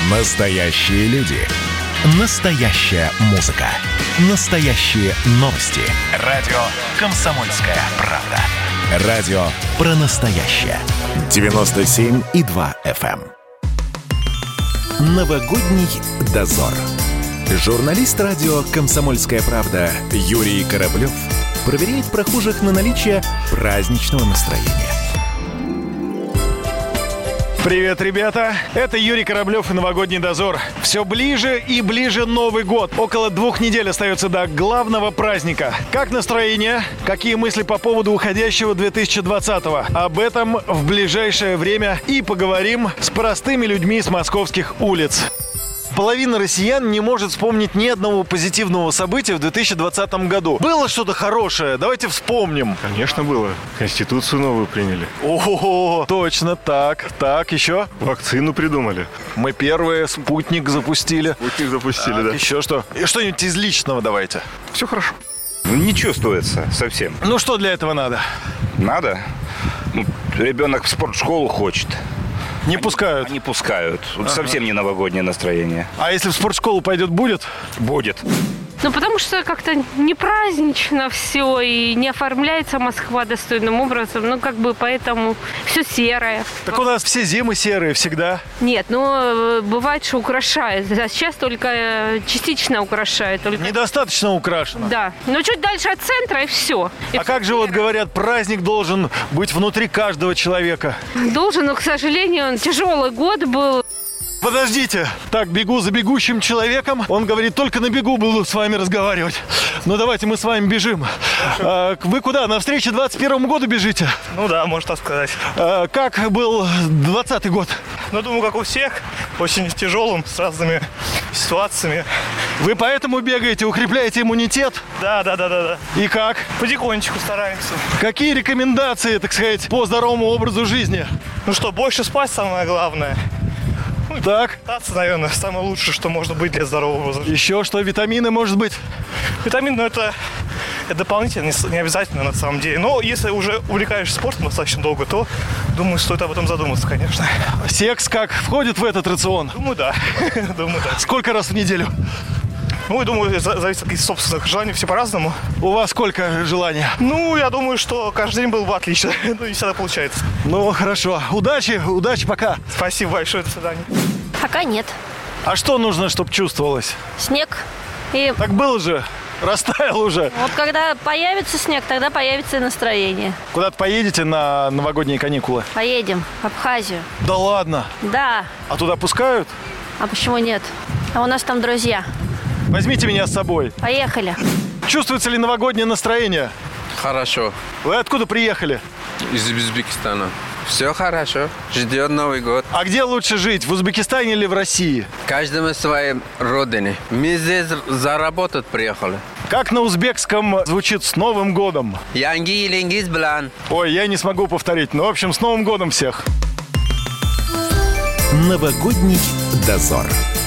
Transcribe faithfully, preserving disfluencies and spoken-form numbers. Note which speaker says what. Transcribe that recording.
Speaker 1: Настоящие люди. Настоящая музыка. Настоящие новости. Радио «Комсомольская правда». Радио про настоящее. девяносто семь и два эф эм. Новогодний дозор. Журналист радио «Комсомольская правда» Юрий Кораблев проверяет прохожих на наличие праздничного настроения.
Speaker 2: Привет, ребята! Это Юрий Кораблев и «Новогодний дозор». Все ближе и ближе Новый год. Около двух недель остается до главного праздника. Как настроение? Какие мысли по поводу уходящего две тысячи двадцатого? Об этом в ближайшее время и поговорим с простыми людьми с московских улиц. Половина россиян не может вспомнить ни одного позитивного события в две тысячи двадцатом году. Было что-то хорошее? Давайте вспомним.
Speaker 3: Конечно, было. Конституцию новую приняли.
Speaker 2: О, точно, так, так, еще?
Speaker 3: Вакцину придумали.
Speaker 2: Мы первые, спутник запустили.
Speaker 3: Спутник запустили,
Speaker 2: так,
Speaker 3: да.
Speaker 2: Еще что? И что-нибудь из личного давайте.
Speaker 3: Все хорошо.
Speaker 4: Ну, не чувствуется совсем.
Speaker 2: Ну, что для этого надо?
Speaker 4: Надо. Ну, ребенок в спортшколу хочет.
Speaker 2: Не
Speaker 4: они,
Speaker 2: пускают?
Speaker 4: Они пускают. Вот
Speaker 2: ага.
Speaker 4: Совсем не новогоднее настроение.
Speaker 2: А если в спортшколу пойдет, будет?
Speaker 4: Будет.
Speaker 5: Ну, потому что как-то не празднично все, и не оформляется Москва достойным образом. Ну, как бы поэтому все серое.
Speaker 2: Так у нас все зимы серые всегда.
Speaker 5: Нет, ну, бывает, что украшает. А сейчас только частично украшает. Только...
Speaker 2: Недостаточно украшено.
Speaker 5: Да. Ну, чуть дальше от центра, и все. И
Speaker 2: а
Speaker 5: все
Speaker 2: как же
Speaker 5: серое.
Speaker 2: вот говорят, праздник должен быть внутри каждого человека?
Speaker 5: Должен, но, к сожалению, тяжелый год был.
Speaker 2: Подождите. Так, бегу за бегущим человеком. Он говорит, только на бегу буду с вами разговаривать. Ну, давайте мы с вами бежим. А, вы куда? Навстречу двадцать первому году бежите?
Speaker 6: Ну да, можно так сказать.
Speaker 2: А, как был двадцатый год?
Speaker 6: Ну, думаю, как у всех. Очень тяжелым, с разными ситуациями.
Speaker 2: Вы поэтому бегаете, укрепляете иммунитет?
Speaker 6: Да, да, да, да, да.
Speaker 2: И как?
Speaker 6: Потихонечку стараемся.
Speaker 2: Какие рекомендации, так сказать, по здоровому образу жизни?
Speaker 6: Ну что, больше спать самое главное.
Speaker 2: Ну, так.
Speaker 6: Питаться, наверное, самое лучшее, что может быть для здорового образа жизни.
Speaker 2: Еще что, витамины, может быть?
Speaker 6: Витамин, ну это, это дополнительно, не, не обязательно на самом деле. Но если уже увлекаешься спортом достаточно долго, то, думаю, стоит об этом задуматься, конечно.
Speaker 2: Секс как входит в этот рацион?
Speaker 6: Думаю, да. Думаю, да.
Speaker 2: Сколько раз в неделю?
Speaker 6: Ну, я думаю, зависит от собственных желаний, все по-разному.
Speaker 2: У вас сколько желаний?
Speaker 6: Ну, я думаю, что каждый день было бы отлично. Ну, не всегда получается.
Speaker 2: Ну, хорошо. Удачи, удачи, пока.
Speaker 6: Спасибо большое, до свидания.
Speaker 7: Пока нет.
Speaker 2: А что нужно, чтобы чувствовалось?
Speaker 7: Снег. И
Speaker 2: так было же. Растаял уже.
Speaker 7: Вот когда появится снег, тогда появится и настроение.
Speaker 2: Куда-то поедете на новогодние каникулы?
Speaker 7: Поедем в Абхазию.
Speaker 2: Да ладно?
Speaker 7: Да.
Speaker 2: А туда пускают?
Speaker 7: А почему нет? А у нас там друзья.
Speaker 2: Возьмите меня с собой.
Speaker 7: Поехали.
Speaker 2: Чувствуется ли новогоднее настроение?
Speaker 8: Хорошо.
Speaker 2: Вы откуда приехали?
Speaker 8: Из Узбекистана. Все хорошо. Ждет Новый год.
Speaker 2: А где лучше жить, в Узбекистане или в России?
Speaker 8: Каждому своей родине. Мы здесь заработать приехали.
Speaker 2: Как на узбекском звучит «с Новым годом»?
Speaker 8: Янги илингиз билан.
Speaker 2: Ой, я не смогу повторить. Ну, в общем, с Новым годом всех.
Speaker 1: Новогодний дозор.